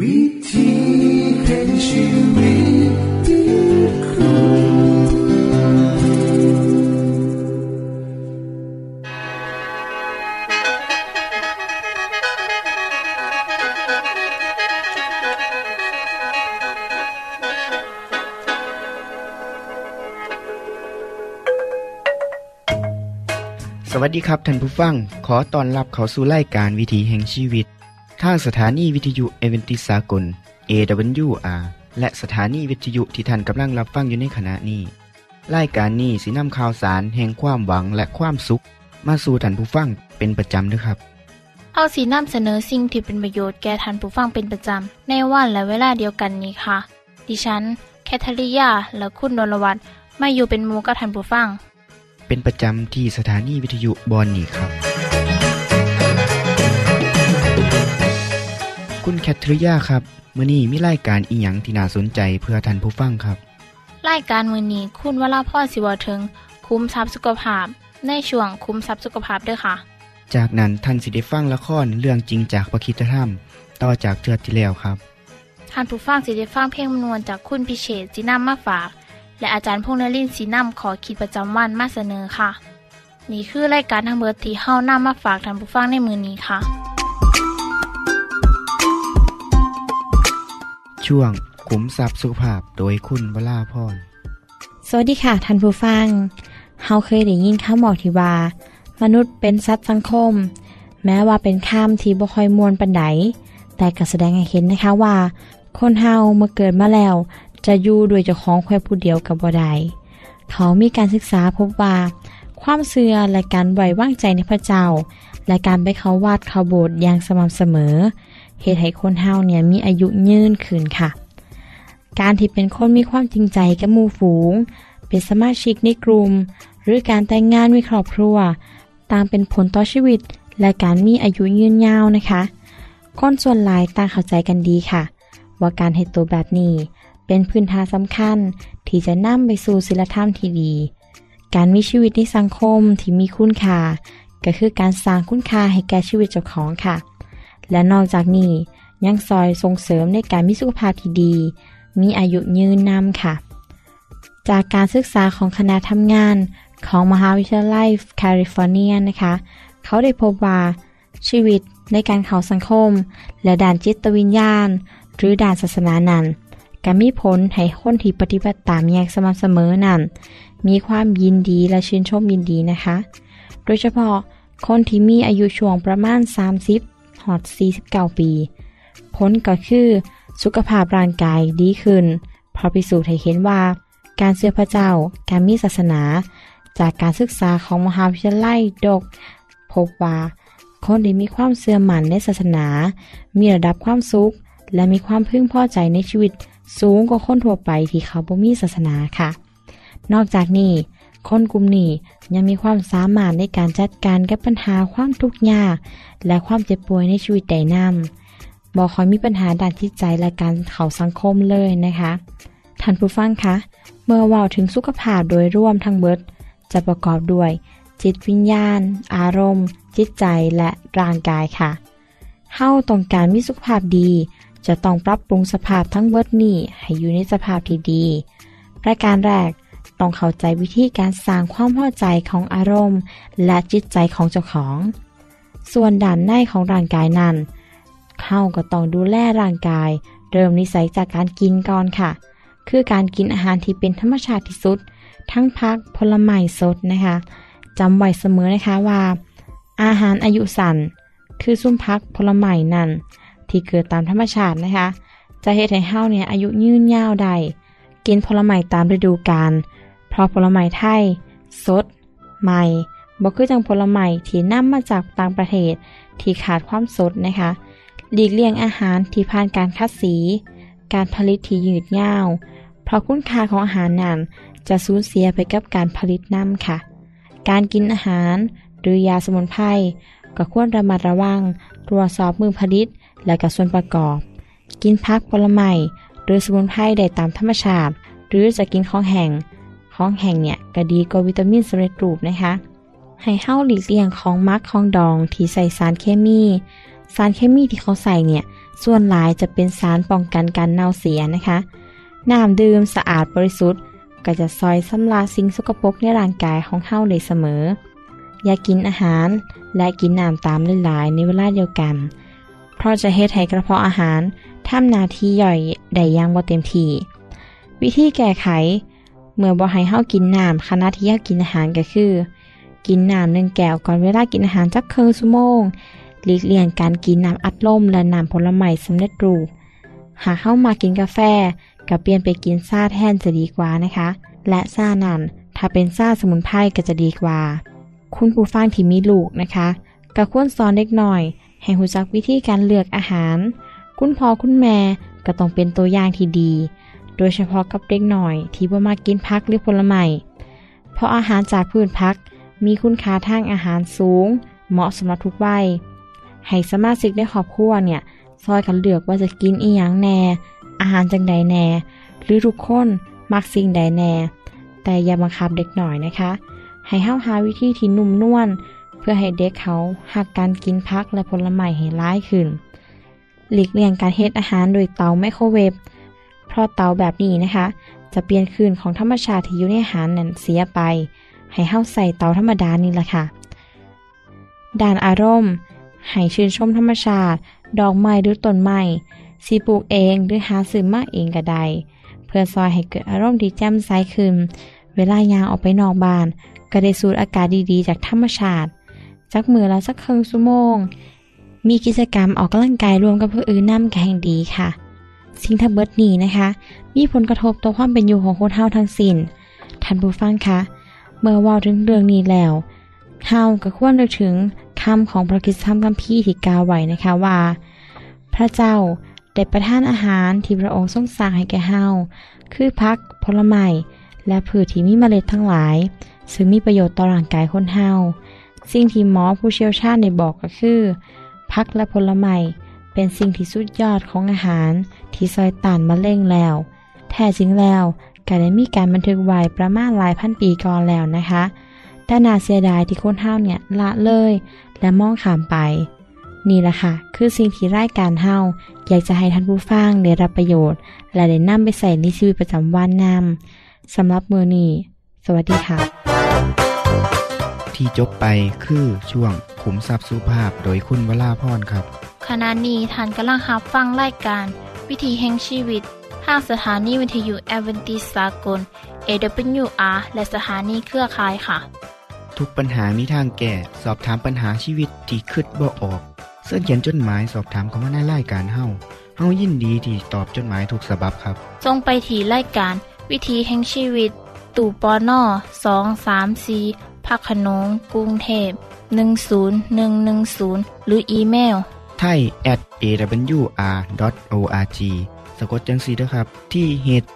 วิธีแห่งชีวิตติดคุณสวัสดีครับท่านผู้ฟังขอต้อนรับเข้าสู่รายการวิถีแห่งชีวิตทางสถานีวิทยุเอเวนติสากล AWR และสถานีวิทยุที่ท่านกำลังรับฟังอยู่ในขณะนี้รายการนี้สินำข่าวสารแห่งความหวังและความสุขมาสู่ท่านผู้ฟังเป็นประจำด้วยครับเอาสินำเสนอสิ่งที่เป็นประโยชน์แก่ท่านผู้ฟังเป็นประจำในวันและเวลาเดียวกันนี้ค่ะดิฉันแคทริยาและคุณดลวัฒน์มาอยู่เป็นหมู่กับท่านผู้ฟังเป็นประจำที่สถานีวิทยุบอนนี่ครับคุณแคทริยาครับมื้อนี้มีรายการอีหยังที่น่าสนใจเพื่อท่านผู้ฟังครับรายการมื้อนี้คุณวราพรสิเว้าถึงคุ้มทรัพย์สุขภาพในช่วงคุ้มทรัพย์สุขภาพด้วยค่ะจากนั้นท่านสิได้ฟังละครเรื่องจริงจากพระคริสตธรรมต่อจากเทื่อที่แล้วครับท่านผู้ฟังสิได้ฟังเพลงมนวนจากคุณพิเชษฐ์สินำมาฝากและอาจารย์พงษ์นฤมลศรีนำขอขีดประจำวันมาเสนอค่ะนี่คือรายการทั้งเบิดที่เฮานำมาฝากท่านผู้ฟังในมื้อนี้ค่ะช่วงขุมทรัพย์สุขภาพโดยคุณวราพรสวัสดีค่ะท่านผู้ฟังเฮาเคยได้ยินคำบอกที่ว่ามนุษย์เป็นสัตว์สังคมแม้ว่าเป็นคำที่บ่ค่อยม่วนปานใดแต่ก็แสดงให้เห็นนะคะว่าคนเฮาเมื่อเกิดมาแล้วจะอยู่โดยเจ้าของแค่ผู้เดียวกับบ่ได้เขามีการศึกษาพบว่าความเชื่อและการไว้วางใจในพระเจ้าและการไปเข้าวัดเข้าโบสถ์อย่างสม่ำเสมอเฮ็ดให้คนเฮาเนี่ยมีอายุยืนขึ้นค่ะการที่เป็นคนมีความจริงใจกับหมู่ฝูงเป็นสมาชิกในกลุ่มหรือการแต่งงานมีครอบครัวต่างเป็นผลต่อชีวิตและการมีอายุยืนยาวนะคะคนส่วนหลายต่างเข้าใจกันดีค่ะว่าการเฮ็ดตัวแบบนี้เป็นพื้นฐานสำคัญที่จะนำไปสู่ศีลธรรมที่ดีการมีชีวิตในสังคมที่มีคุณค่าก็คือการสร้างคุณค่าให้แก่ชีวิตเจ้าของค่ะและนอกจากนี้ยังซอยส่งเสริมในการมีสุขภาพที่ดีมีอายุยืนนำค่ะจากการศึกษาของคณะทำงานของมหาวิทยาลัยแคลิฟอร์เนียนะคะเขาได้พบว่าชีวิตในการเข้าสังคมและด้านจิตวิญญาณหรือด้านศาสนานั้นก็มีผลให้คนที่ปฏิบัติตามอย่างสม่ำเสมอนั้นมีความยินดีและชื่นชมยินดีนะคะโดยเฉพาะคนที่มีอายุช่วงประมาณ30 49 ปีผลก็คือสุขภาพร่างกายดีขึ้นเพราะพิสูจน์ให้เห็นว่าการเชื่อพระเจ้าการมีศาสนาจากการศึกษาของมหาวิทยาลัยดกพบว่าคนที่มีความเชื่อมั่นในศาสนามีระดับความสุขและมีความพึงพอใจในชีวิตสูงกว่าคนทั่วไปที่เขาบ่มีศาสนาค่ะนอกจากนี้คนกลุ่มนี้ยังมีความสามารถในการจัดการกับปัญหาความทุกข์ยากและความเจ็บป่วยในชีวิตได้นำบ่ค่อยมีปัญหาด้านจิตใจและการเข้าสังคมเลยนะคะท่านผู้ฟังคะเมื่อเว้าถึงสุขภาพโดยรวมทั้งเบิดจะประกอบด้วยจิตวิญญาณอารมณ์จิตใจและร่างกายค่ะเฮาต้องการมีสุขภาพดีจะต้องปรับปรุงสภาพทั้งเบิดนี้ให้อยู่ในสภาพที่ดีประการแรกต้องเข้าใจวิธีการสร้างความพอใจของอารมณ์และจิตใจของเจ้าของส่วนด้านในของร่างกายนั้นเฮาก็ต้องดูแลร่างกายเริ่มนิสัยจากการกินก่อนค่ะคือการกินอาหารที่เป็นธรรมชาติที่สุดทั้งผักผลไม้สดนะคะจำไว้เสมอนะคะว่าอาหารอายุสั้นคือซุ้มผักผลไม้นั่นที่เกิดตามธรรมชาตินะคะจะเฮ็ดให้เฮาเนี่ยอายุยืนยาวได้กินผลไม้ตามฤดูกาลเพราะผลไม้ไทยสดใหม่บ่คือจังผลไม้ที่นำมาจากต่างประเทศที่ขาดความสดนะคะหลีกเลี่ยงอาหารที่ผ่านการคัดสีการผลิตที่ยืดยาวเพราะคุณค่าของอาหารนั้นจะสูญเสียไปกับการผลิตน้ำค่ะการกินอาหารหรือยาสมุนไพรก็ควรระมัดระวังตรวจสอบมือผลิตและก็ส่วนประกอบกินผักผลไม้หรือสมุนไพรได้ตามธรรมชาติหรือจะกินของแห้งเนี่ยก็ดีกว่าวิตามินสำเร็จรูปนะคะให้เฮาหลีกเลี่ยงของมักของดองที่ใส่สารเคมีที่เขาใส่เนี่ยส่วนหลายจะเป็นสารป้องกันการเน่าเสียนะคะน้ำดื่มสะอาดบริสุทธิ์ก็จะซอยซ้ำลาสิ่งสกปรกในร่างกายของเฮาได้เสมออย่ากินอาหารและกินน้ำตามหลายๆในเวลาเดียวกันเพราะจะเฮ็ดให้กระเพาะอาหารทำหน้าที่ย่อยได้อย่างบ่เต็มที่วิธีแก้ไขเมื่อบ่ให้เฮากินน้ำขณะที่เฮากินอาหารก็คือกินน้ำ1 แก้วก่อนเวลากินอาหารจักครึ่งชั่วโมงหลีกเลี่ยงการกินน้ำอัดลมและน้ำผลไม้สำเร็จรูปหากเฮามากินกาแฟก็เปลี่ยนไปกินชาแทนจะดีกว่านะคะและชานั้นถ้าเป็นชาสมุนไพรก็จะดีกว่าคุณผู้ฟังที่มีลูกนะคะก็ควรสอนเด็กหน่อยให้รู้จักวิธีการเลือกอาหารคุณพ่อคุณแม่ก็ต้องเป็นตัวอย่างที่ดีโดยเฉพาะกับเด็กหน่อยที่บ่มักกินผักหรือผลไม้เพราะอาหารจากพืชผักมีคุณค่าทางอาหารสูงเหมาะสำหรับทุกวัยให้สมาชิกในครอบครัวเนี่ยซอยกันเลือกว่าจะกินอีหยังแน่อาหารจังใดแน่หรือทุกคนมักสิ่งใดแน่แต่อย่าบังคับเด็กหน่อยนะคะให้เฮาหาวิธีที่นุ่มนวลเพื่อให้เด็กเขาหักการกินผักและผลไม้ให้หลายขึ้นหลีกเลี่ยงการเฮ็ดอาหารโดยเตาไมโครเวฟเพราะเตาแบบนี้นะคะจะเปลี่ยนคืนของธรรมชาติที่อยู่ในอาหารนั้นเสียไปให้เฮาใส่เตาธรรมดานี่แหละค่ะด้านอารมณ์ให้ชื่นชมธรรมชาติดอกไม้หรือต้นไม้สิปลูกเองหรือหาซื้อมาเองก็ได้เพื่อซอยให้เกิดอารมณ์ที่แจ่มใสขึ้นเวลายางออกไปนอกบ้านก็ได้สูดอากาศดีๆจากธรรมชาติจักมือละสักครึ่งชั่วโมงมีกิจกรรมออกกำลังกายรวมกับผู้อื่นนำก็แห่งดีค่ะสิ่งทั้งเบิดนี้นะคะมีผลกระทบต่อความเป็นอยู่ของคนเฮาทั้งสิ้นท่านผู้ฟังคะเมื่อเว้าถึงเรื่องนี้แล้วเฮาก็ควรนึกถึงคำของพระคริสตธรรมคัมภีร์ที่กล่าวไว้นะคะว่าพระเจ้าได้ประทานอาหารที่พระองค์ทรงสร้างให้แก่เฮาคือผักผลไม้และพืชที่มีเมล็ดทั้งหลายซึ่งมีประโยชน์ต่อร่างกายคนเฮาสิ่งที่หมอผู้เชี่ยวชาญได้บอกก็คือผักและผลไม้เป็นสิ่งที่สุดยอดของอาหารที่ซอยต้านมะเร็งแล้วแท้จริงแล้วก็ได้มีการบันทึกไว้ประมาณหลายพันปีก่อนแล้วนะคะแต่น่าเสียดายที่คนเฮาเนี่ยละเลยและมองข้ามไปนี่แหละค่ะคือสิ่งที่รายการเฮาอยากจะให้ท่านผู้ฟังได้รับประโยชน์และได้นำไปใส่ในชีวิตประจำวันนำสำหรับมื้อนี้สวัสดีค่ะที่จบไปคือช่วงขุมทรัพย์สุภาพโดยคุณวราพรครับขณะนี้ท่านกำลังรับฟังรายการวิถีแห่งชีวิตทางสถานีวิทยุแอดเวนทิสต์สากล AWR และสถานีเครือข่ายค่ะทุกปัญหามีทางแก้สอบถามปัญหาชีวิตที่คิดบ่ออกเสิร์ชเขียนจดหมายสอบถามเข้ามาในรายการเฮายินดีที่ตอบจดหมายทุกฉบับครับส่งไปที่รายการวิถีแห่งชีวิตตู้ปน234พักขนงกรุงเทพ10110หรืออีเมล thai@awr.org สะกดจังซี่เด้อครับที่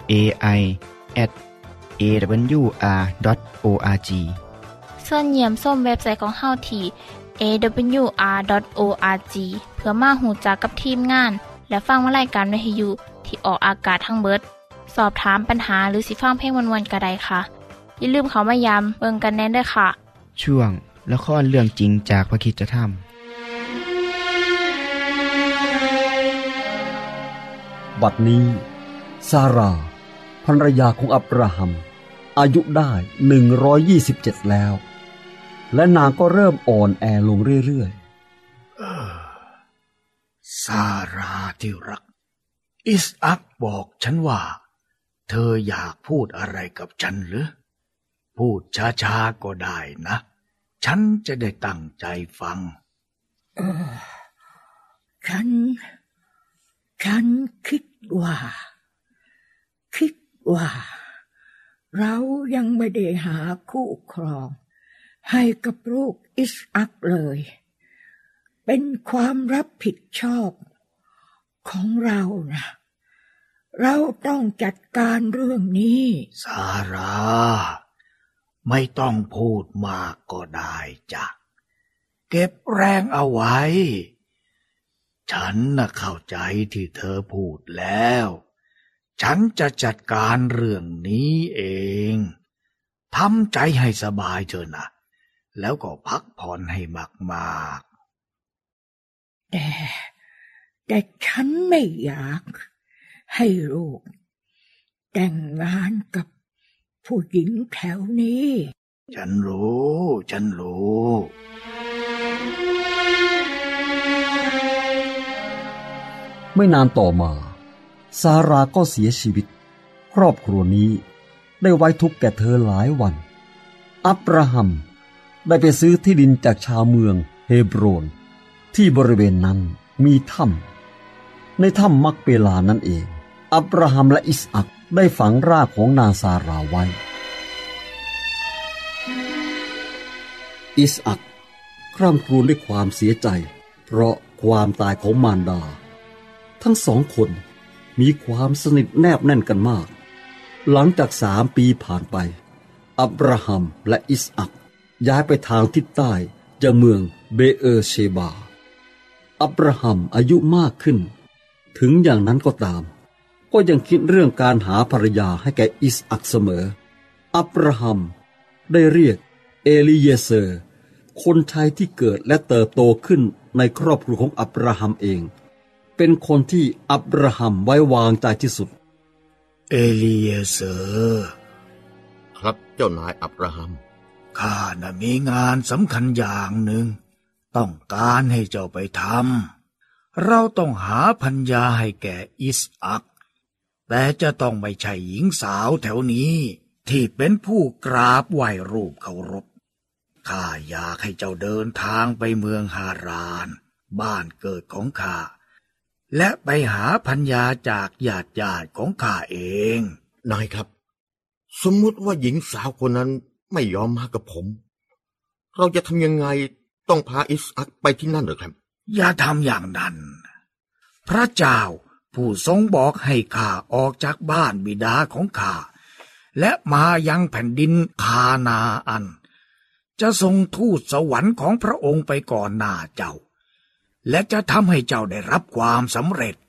hai@awr.org ส่วนเยี่ยมส้มเว็บไซต์ของเฮาที่ awr.org เพื่อมาหูจักกับทีมงานและฟังรายการวิทยุที่ออกอากาศทั้งเบิดสอบถามปัญหาหรือสิฟังเพลงวนๆก็ได้ค่ะอย่าลืมเข้ามาย้ำเบิ่งกันแน่นด้วยค่ะช่วงละครเรื่องจริงจากพระคริสตธรรมบัดนี้ซาราภรรยาของอับราฮัมอายุได้127แล้วและนางก็เริ่มอ่อนแอลงเรื่อยๆซาราที่รักอิสอัคบอกฉันว่าเธออยากพูดอะไรกับฉันหรือพูดช้าๆก็ได้นะฉันจะได้ตั้งใจฟังฉันคิดว่าเรายังไม่ได้หาคู่ครองให้กับลูกอิสอัคเลยเป็นความรับผิดชอบของเรานะเราต้องจัดการเรื่องนี้ซาราไม่ต้องพูดมากก็ได้จ้ะเก็บแรงเอาไว้ฉันน่ะเข้าใจที่เธอพูดแล้วฉันจะจัดการเรื่องนี้เองทำใจให้สบายเถอะนะแล้วก็พักผ่อนให้มากแต่ฉันไม่อยากให้ลูกแต่งงานกับผู้หญิงแถวนี้ฉันรู้ไม่นานต่อมาซาราก็เสียชีวิตครอบครัวนี้ได้ไว้ทุกข์แก่เธอหลายวันอับราฮัมได้ไปซื้อที่ดินจากชาวเมืองเฮบโรนที่บริเวณนั้นมีถ้ำในถ้ำมักเปลานั่นเองอับราฮัมและอิสอัคได้ฝังรากของนางซาราไว้อิสอัคคร่ำครวญด้วยความเสียใจเพราะความตายของมารดาทั้งสองคนมีความสนิทแนบแน่นกันมากหลังจาก3 ปีผ่านไปอับราฮัมและอิสอัคย้ายไปทางทิศใต้จากเมืองเบเออเชบาอับราฮัมอายุมากขึ้นถึงอย่างนั้นก็ตามก็ยังคิดเรื่องการหาภรรยาให้แก่อิสอัคเสมออับราฮัมได้เรียกเอลีเยเซอร์คนชายที่เกิดและเติบโตขึ้นในครอบครัวของอับราฮัมเองเป็นคนที่อับราฮัมไว้วางใจที่สุดเอลีเยเซอร์ครับเจ้านายอับราฮัมข้าน่ะมีงานสำคัญอย่างหนึ่งต้องการให้เจ้าไปทำเราต้องหาภรรยาให้แก่อิสอัคแต่จะต้องไม่ใช่หญิงสาวแถวนี้ที่เป็นผู้กราบไหว้รูปเคารพข้าอยากให้เจ้าเดินทางไปเมืองฮารานบ้านเกิดของข้าและไปหาภรรยาจากญาติของข้าเองนายครับสมมุติว่าหญิงสาวคนนั้นไม่ยอมมากับผมเราจะทำยังไงต้องพาอิสอัคไปที่นั่นหรือครับอย่าทำอย่างนั้นพระเจ้าผู้ทรงบอกให้ข้าออกจากบ้านบิดาของข้าและมายังแผ่นดินคานาอันจะทรงทูตสวรรค์ของพระองค์ไปก่อนหน้าเจ้าและจะทำให้เจ้าได้รับความสำเร็จ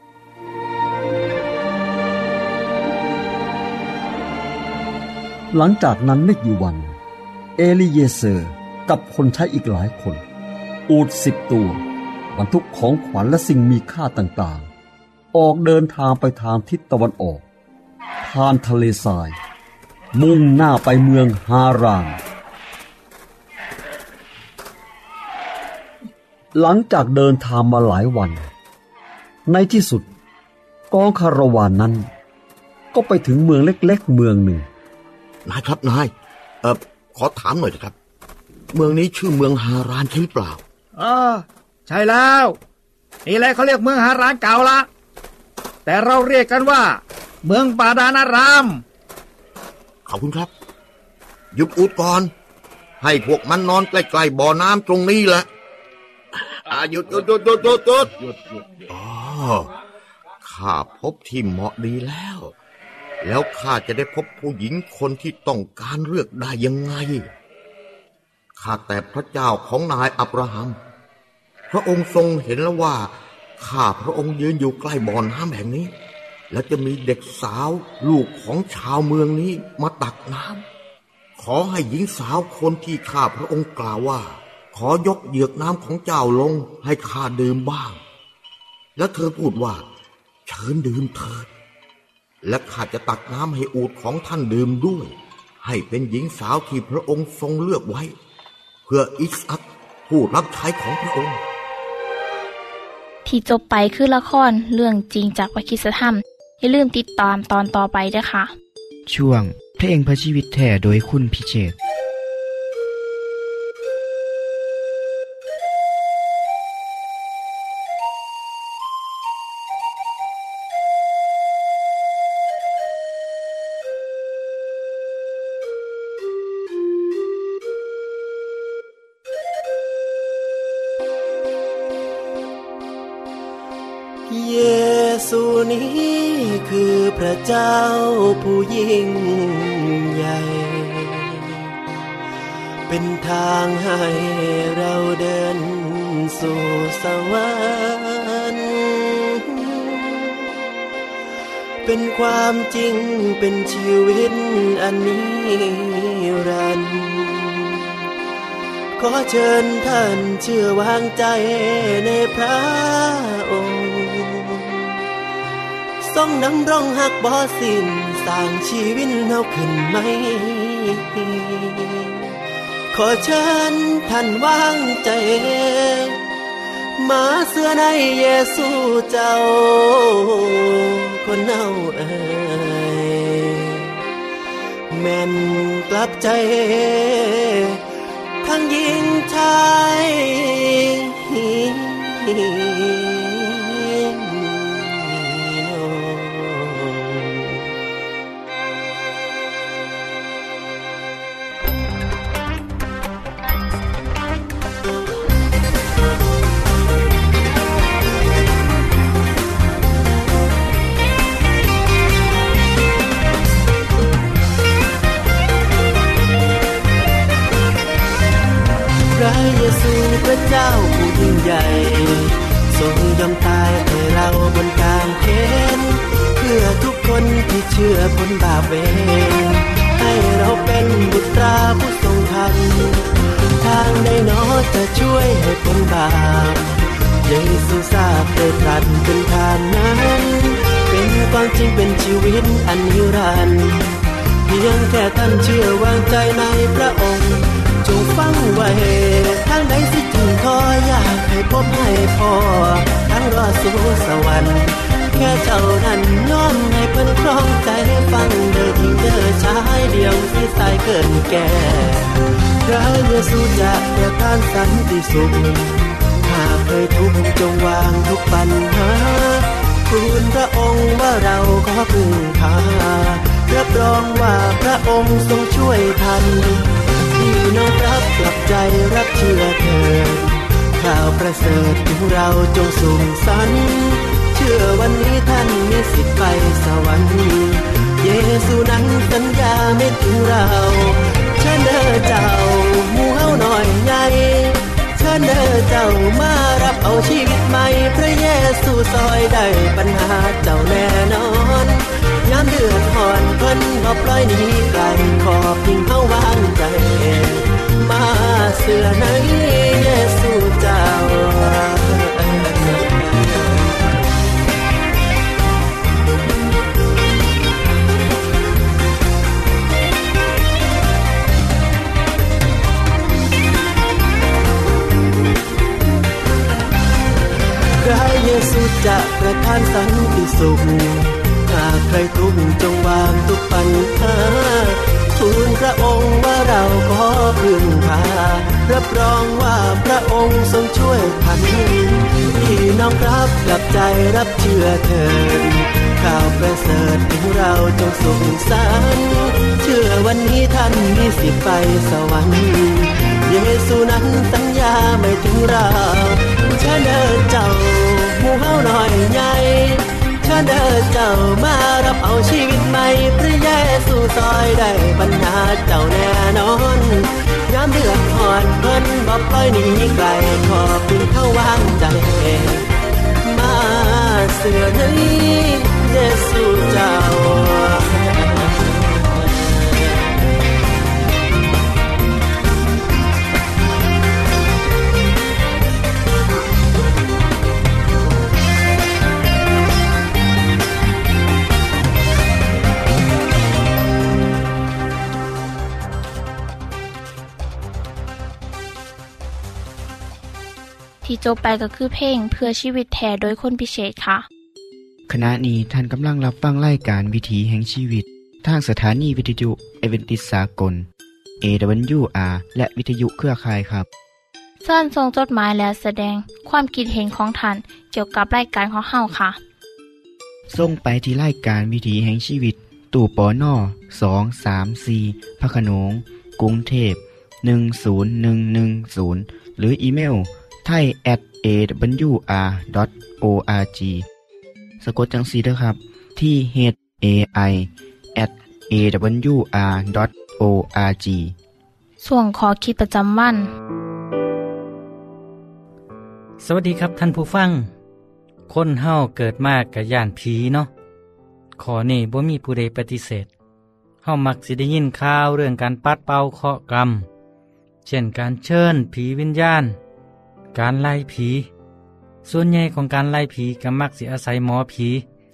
หลังจากนั้นไม่กี่วันเอลีเยเซอร์กับคนใช้อีกหลายคนอูฐ10 ตัวบรรทุกของขวัญและสิ่งมีค่าต่างๆออกเดินทางไปทางทิศตะวันออกผ่านทะเลทรายมุ่งหน้าไปเมืองฮารานหลังจากเดินทางมาหลายวันในที่สุดกองคาราวานนั้นก็ไปถึงเมืองเล็กๆเมืองหนึ่งนายครับนายขอถามหน่อยนะครับเมืองนี้ชื่อเมืองฮารานใช่หรือเปล่าใช่แล้วนี่แหละเขาเรียกเมืองฮารานเก่าละแต่เราเรียกกันว่าเมืองปาดานารามขอบคุณครับหยุดอูฐก่อนให้พวกมันนอนใกล้ๆบ่อน้ำตรงนี้แหละหยุดอ๋อข้าพบที่เหมาะดีแล้วข้าจะได้พบผู้หญิงคนที่ต้องการเลือกได้ยังไงข้าแต่พระเจ้าของนายอับราฮัมพระองค์ทรงเห็นแล้วว่าข้าพระองค์ยืนอยู่ใกล้บ่อน้ำแห่งนี้และจะมีเด็กสาวลูกของชาวเมืองนี้มาตักน้ำขอให้หญิงสาวคนที่ข้าพระองค์กล่าวว่าขอยกเหยือกน้ำของเจ้าลงให้ข้าดื่มบ้างและเธอพูดว่าเชิญดื่มเถิดและข้าจะตักน้ำให้อูฐของท่านดื่มด้วยให้เป็นหญิงสาวที่พระองค์ทรงเลือกไว้เพื่ออิสอัคผู้รับใช้ของพระองค์ที่จบไปคือละครเรื่องจริงจากวิคิสธรรมอย่าลืมติดตามตอนต่อไปด้วยค่ะช่วงเพลงพระชีวิตแท้โดยคุณพิเชษฐ์เยซูนี้คือพระเจ้าผู้ยิ่งใหญ่เป็นทางให้เราเดินสู่สวรรค์เป็นความจริงเป็นชีวิตอันนิรันดร์ขอเชิญท่านเชื่อวางใจในพระองค์ต้องนำร่องหักบ่สิ้นสร้างชีวิตเฮาขึ้นใหม่ขอเชิญท่านวางใจมาเสื้อในเยซูเจ้าคนเฮาแม่นกลับใจทั้งหญิงชายพระเยซูพระเจ้าผู้ยิ่งใหญ่ทรงยอมตายให้เราบนกางเขนเพื่อทุกคนที่เชื่อพ้นบาปเวรให้เราเป็นบุตรผู้ทรงธรรมทางใดหนอจะช่วยให้พ้นบาปเยซูทราบได้ตรัสเป็นทางนั้นเป็นความจริงเป็นชีวิตอันนิรันดร์เพียงแค่ท่านเชื่อวางใจในพระองค์จงฟังไว้ทางใดสิถึงขออยากให้พบให้พอทั้งรอดสู่สวรรค์แค่เจ้านั้นย้อนให้เพิ่นครองใจฟังเด้อหญิงเด้อชายเดียวที่สายเกินแก่พระเยซูจะประทานสันติสุขหากเคยทุกข์จงวางทุกปัญหาทูลพระองค์ว่าเราขอพึ่งพารับรองว่าพระองค์ทรงช่วยทันที่น้องรับกลับใจรับเชื่อเถิดข่าวประเสริฐของเราจงส่งสรรเชื่อวันนี้ท่านมีสิทธิ์ไปสวรรค์เยซูนั้นสัญญาไม่ถึงเราเชิญเด้อเจ้าหมู่เฮาหน่อยใหญ่เชิญเด้อเจ้ามารับเอาชีวิตใหม่พระเยซูซอยได้ปัญหาเจ้าแน่นอนยามเดือดร้อนเพิ่นบ่ปล่อยหนีไกลขอเพียงเฮาวางใจมาเสื้อในเยซูเจ้าพระเยซูจะประทานสันติสุขหากใครทุกข์จงวางทุกปัญหาทูลพระองค์ว่าเราขอพึ่งพารับรองว่าพระองค์ทรงช่วยทันพี่น้องรับกลับใจรับเชื่อเถิดข่าวประเสริฐของเราจงส่งสารเชื่อวันนี้ท่านมีสิทธิ์ไปสวรรค์เยซูนั้นสัญญาไม่ถึงเราเชิญเด้อเจ้าหมู่เฮาหน่อยใหญ่เชิญเด้อเจ้ามารับเอาชีวิตใหม่พระเยซูซอยได้ปัญหาเจ้าแน่นอนยามเดือดร้อนเพิ่นบ่ปล่อยหนีไกลขอเพียงเฮาวางใจมาเสื้อในเยซูเจ้าที่จบไปก็คือเพลงเพื่อชีวิตแท้โดยคนพิเศษค่ะขณะนี้ท่านกำลังรับฟังรายการวิถีแห่งชีวิตทางสถานีวิทยุเอเวนติสากล AWR และวิทยุเครือข่ายครับเชิญส่งจดหมายและแสดงความคิดเห็นของท่านเกี่ยวกับรายการของเฮาค่ะส่งไปที่รายการวิถีแห่งชีวิตตู้ปน234พระโขนงกรุงเทพ10110หรืออีเมลthai@awr.org สะกดจังสีด้วยครับที่ hai@awr.org ส่วนขอคิดประจำวันสวัสดีครับท่านผู้ฟังคนเฮาเกิดมากกับย่านผีเนาะขอนี่บ่มีผู้ใดปฏิเสธเฮามักสิได้ยินข่าวเรื่องการปัดเป่าเคราะห์กรรมเช่นการเชิญผีวิญญาณการไล่ผีส่วนใหญ่ของการไล่ผีก็มักสิอาศัยหมอผี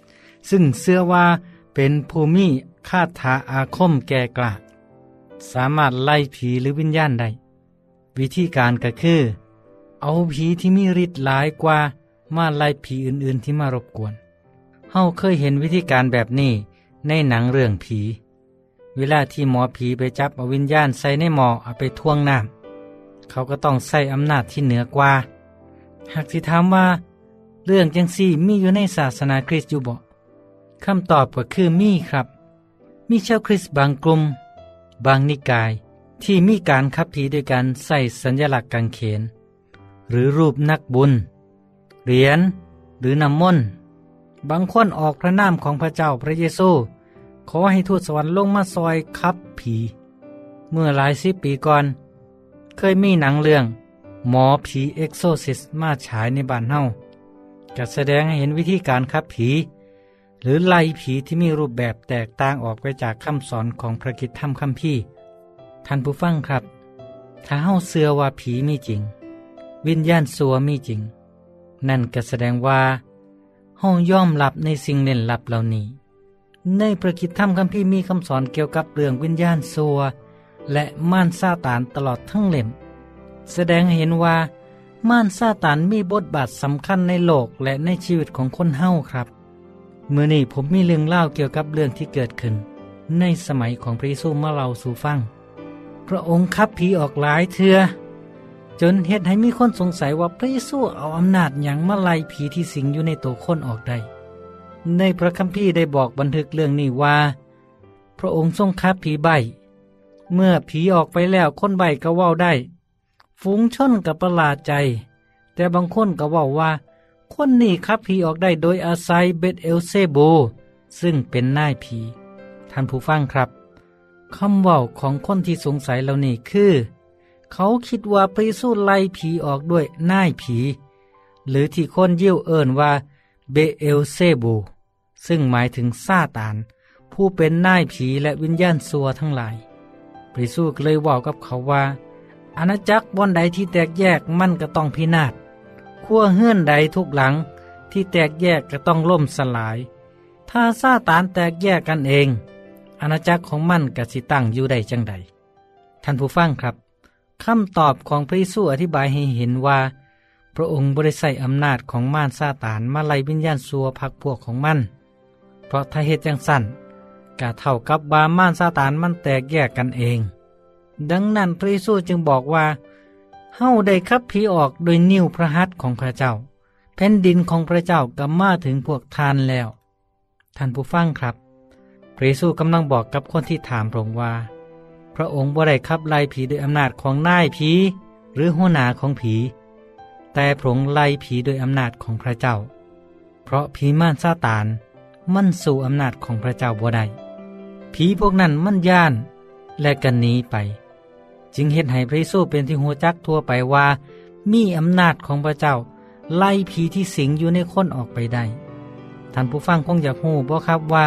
ซึ่งเชื่อว่าเป็นภูมิคาถาอาคมแก่กล้าสามารถไล่ผีหรือวิญญาณได้วิธีการก็คือเอาผีที่มีฤทธิ์หลายกว่ามาไล่ผีอื่นๆที่มารบกวนเฮาเคยเห็นวิธีการแบบนี้ในหนังเรื่องผีเวลาที่หมอผีไปจับเอาวิญญาณใส่ในหม้อเอาไปท่วงน้ำเขาก็ต้องใส่อำนาจที่เหนือกว่าหากสิถามว่าเรื่องจังซี่มีอยู่ในศาสนาคริสต์อยู่บ่คำตอบก็คือมีครับมีชาวคริสต์บางกลุ่มบางนิกายที่มีการขับผีด้วยการใส่สัญลักษณ์กางเขนหรือรูปนักบุญเหรียญหรือน้ำมนต์บางคนออกพระนามของพระเจ้าพระเยซูขอให้ทูตสวรรค์ลงมาซอยขับผีเมื่อหลาย10 ปีก่อนเคยมีหนังเรื่องหมอผีเอ็กโซซิสมาฉายในบ้านเฮาจะแสดงให้เห็นวิธีการขับผีหรือไล่ผีที่มีรูปแบบแตกต่างออกไปจากคำสอนของพระคริสตธรรมคัมภีร์ท่านผู้ฟังครับถ้าเฮาเชื่อว่าผีมีจริงวิญญาณซัวมีจริงนั่นก็แสดงว่าเฮายอมรับในสิ่งเล่นลับเหล่านี้ในพระคริสตธรรมคัมภีร์มีคำสอนเกี่ยวกับเรื่องวิญญาณซัวและมารซาตานตลอดทั้งเล่มแสดงให้เห็นว่ามารซาตานมีบทบาทสำคัญในโลกและในชีวิตของคนเฮาครับเมื่อนี้ผมมีเรื่องเล่าเกี่ยวกับเรื่องที่เกิดขึ้นในสมัยของพระเยซูมาเล่าสู่ฟังพระองค์ขับผีออกหลายเทื่อจนเฮ็ดให้มีคนสงสัยว่าพระเยซูเอาอำนาจหยังมาไล่ผีที่สิงอยู่ในตัวคนออกได้ในพระคัมภีร์ได้บอกบันทึกเรื่องนี้ว่าพระองค์ทรงขับผีใบ้เมื่อผีออกไปแล้วคนใบ้ก็เว้าได้ฝูงชนกับประหลาดใจแต่บางคนก็เว้าว่าคนนี้ขับผีออกได้โดยอาศัยเบธเอลเซบูซึ่งเป็นนายผีท่านผู้ฟังครับคำเว้าของคนที่สงสัยเหล่านี้คือเขาคิดว่าพระเยซูไล่ผีออกด้วยนายผีหรือที่คนยิวเอิ้นว่าเบเอลเซบูซึ่งหมายถึงซาตานผู้เป็นนายผีและวิญญาณซัวทั้งหลายพระเยซูก็เลยบอกกับเขาว่าอาณาจักรบ่อนใดที่แตกแยกมันก็ต้องพินาศขั้วเฮือนใดทุกหลังที่แตกแยกก็ต้องล่มสลายถ้าซาตานแตกแยกกันเองอาณาจักรของมันก็สิตั้งอยู่ได้จังใดท่านผู้ฟังครับคำตอบของพระเยซูอธิบายให้เห็นว่าพระองค์บ่ได้ใช้อำนาจของมารซาตานมาไล่วิญญาณซัวพรรคพวกของมันเพราะถ้าเฮ็ดจังซั่นก็เท่ากับว่ามารซาตานมันแตกแยกกันเองดังนั้นพระเยซูจึงบอกว่าเฮาได้ขับผีออกโดยนิ้วพระหัตถ์ของพระเจ้าแผ่นดินของพระเจ้าก็มาถึงพวกท่านแล้วท่านผู้ฟังครับพระเยซูกำลังบอกกับคนที่ถามพระองค์ว่าพระองค์บ่ได้ขับไล่ผีด้วยอำนาจของนายผีหรือหัวหน้าของผีแต่พระองค์ไล่ผีด้วยอำนาจของพระเจ้าเพราะผีมารซาตานมันสู่อำนาจของพระเจ้าบ่ได้ผีพวกนั้นมันย่านและก็หนีไปจึงเฮ็ดให้พระเยซูเป็นที่ฮู้จักทั่วไปว่ามีอำนาจของพระเจ้าไล่ผีที่สิงอยู่ในคนออกไปได้ท่านผู้ฟังคงอยากฮู้บ่ครับว่า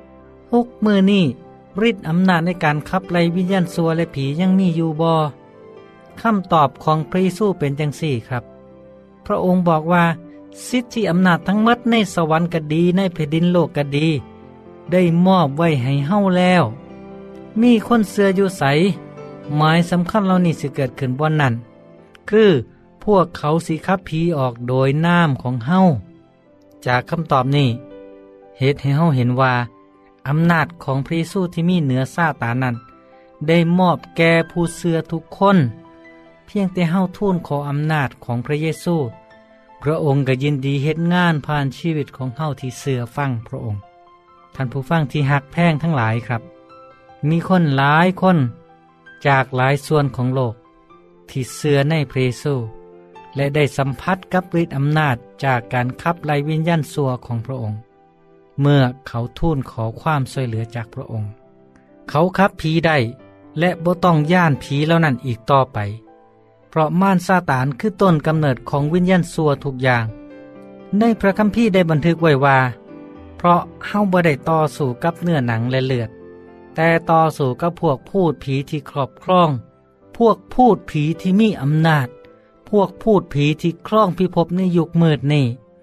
6 มื้อนี้ฤทธิ์อำนาจในการขับไล่วิญญาณซัวและผียังมีอยู่บ่คำตอบของพระเยซูเป็นจังซี่ครับพระองค์บอกว่าสิทธิอำนาจทั้งหมดในสวรรค์ก็ดีในแผ่นดินโลกก็ดีได้มอบไว้ให้เฮาแล้วมีคนเชื่ออยู่ไสหมายสำคัญเหล่านี้สิเกิดขึ้นบ่นั้นคือพวกเขาสิขับผีออกโดยนามของเฮาจากคำตอบนี้เฮ็ดให้เฮาเห็นว่าอำนาจของพระเยซูที่มีเหนือซาตานนั้นได้มอบแก่ผู้เชื่อทุกคนเพียงแต่เฮาทูลขออำนาจของพระเยซูพระองค์ก็ยินดีเฮ็ดงานผ่านชีวิตของเฮาที่เชื่อฟังพระองค์ท่านผู้ฟังที่ฮักแพงทั้งหลายครับมีคนหลายคนจากหลายส่วนของโลกที่เชื่อในพระเยซูและได้สัมผัสกับฤทธิ์อำนาจจากการขับไล่วิญญาณซัวของพระองค์เมื่อเขาทูลขอความช่วยเหลือจากพระองค์เขาขับผีได้และบ่ต้องย่านผีเหล่านั้นอีกต่อไปเพราะมารซาตานคือต้นกำเนิดของวิญญาณซัวทุกอย่างในพระคัมภีร์ได้บันทึกไว้ว่าเพราะเฮาบ่ได้ต่อสู้กับเนื้อหนังและเลือดแต่ต่อสู้กับพวกพูดผีที่ครอบครองพวกพูดผีที่มีอำนาจพวกพูดผีที่ครองพิภพในยุคมืดนี้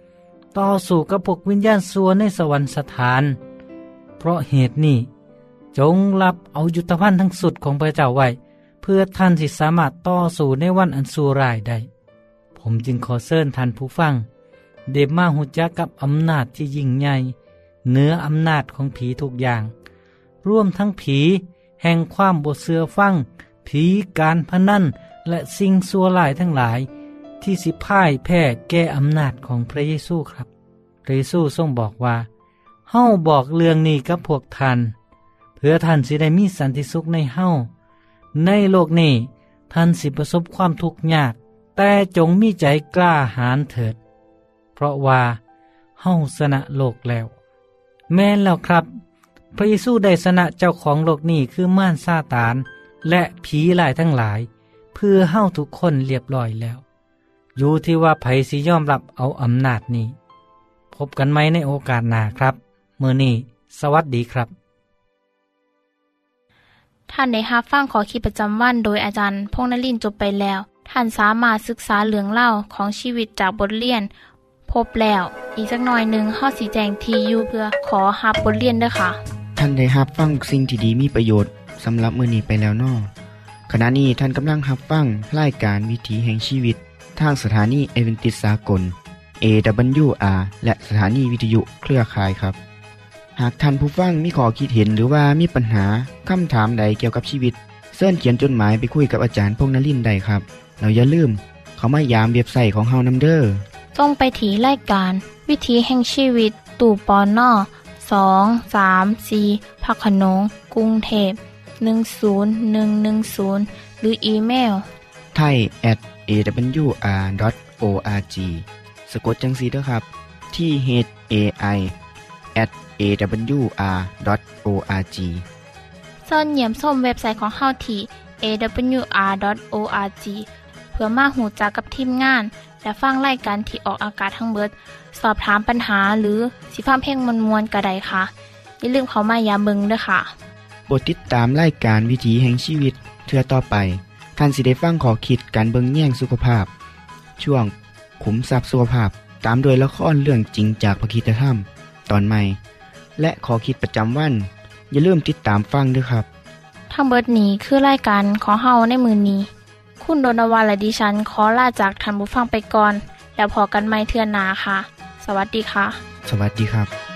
ต่อสู้กับพวกวิญญาณชั่วในสวรรคสถานเพราะเหตุนี้จงรับเอายุทธภัณฑ์ทั้งสุดของพระเจ้าไว้เพื่อท่านสิสามารถต่อสู้ในวันอันชั่วร้ายได้ผมจึงขอเชิญท่านผู้ฟังเดมาหูจักกับอำนาจที่ยิ่งใหญ่เหนืออำนาจของผีทุกอย่างร่วมทั้งผีแห่งความบ่เชื่อฟังผีการพนันและสิ่งชั่วร้ายทั้งหลายที่สิพ่ายแพ้แก่อำนาจของพระเยซูครับพระเยซูทรงบอกว่าเฮาบอกเรื่องนี้กับพวกท่านเพื่อท่านสิได้มีสันติสุขในเฮาในโลกนี้ท่านสิประสบความทุกข์ยากแต่จงมีใจกล้าหาญเถิดเพราะว่าเฮาชนะโลกแล้วแม่นแล้วครับพระเยซูได้ชนะเจ้าของโลกนี้คือม่านซาตานและผีหลายทั้งหลายเพื่อเฮาทุกคนเรียบร้อยแล้วอยู่ที่ว่าไผสิยอมรับเอาอำนาจนี้พบกันไหมในโอกาสหน้าครับมื้อนี้สวัสดีครับท่านได้รับฟังขอคิดประจำวันโดยอาจารย์พงษ์นฤมย์จบไปแล้วท่านสามารถศึกษาเรื่องเล่าของชีวิตจากบทเรียนพบแล้วอีกสักหน่อยหนึ่งเฮาสิแจ้งที่อยู่เพื่อขอรับบทเรียนเด้อค่ะท่านได้รับฟังสิ่งที่ดีมีประโยชน์สำหรับมื้อนี้ไปแล้วน้อขณะนี้ท่านกำลังรับฟังรายการวิถีแห่งชีวิตทางสถานีเอเวนติสากล AWR และสถานีวิทยุเครือข่ายครับหากท่านผู้ฟังมีข้อคิดเห็นหรือว่ามีปัญหาคำถามใดเกี่ยวกับชีวิตเชิญเขียนจดหมายไปคุยกับอาจารย์พงษ์นฤมย์ได้ครับแล้วอย่าลืมเข้ามายามเว็บไซต์ของเฮานำเด้อส่งไปที่รายการวิถีแห่งชีวิตตู่ปน234พักขนงกรุงเทพ10110หรืออีเมล thai@awr.org สะกดจังซี่เด้อครับที่ thai@awr.org ส่วนเยี่ยมชมเว็บไซต์ของเฮาที่ awr.org เพื่อมาหูจักกับทีมงานและฟังรายการที่ออกอากาศทั้งเบิดสอบถามปัญหาหรือสิฟ้าเพลงมวลๆก็ได้ค่ะอย่าลืมเข้ามายามเบิ่งด้วยค่ะโปรดติดตามรายการวิถีแห่งชีวิตเทื่อต่อไปท่านสิได้ฟังขอคิดการเบิ่งแย่งสุขภาพช่วงขุมทรัพย์สุขภาพตามโดยละครเรื่องจริงจากพระคริสตธรรมตอนใหม่และขอคิดประจำวันอย่าลืมติดตามฟังด้วยครับทั้งเบิดนี้คือรายการของเฮาในมื้อนี้คุณโดนวาและดิฉันขอลาจากท่านผู้ฟังไปก่อนแล้วพอกันใหม่เทื่อหน้าค่ะสวัสดีค่ะสวัสดีครับ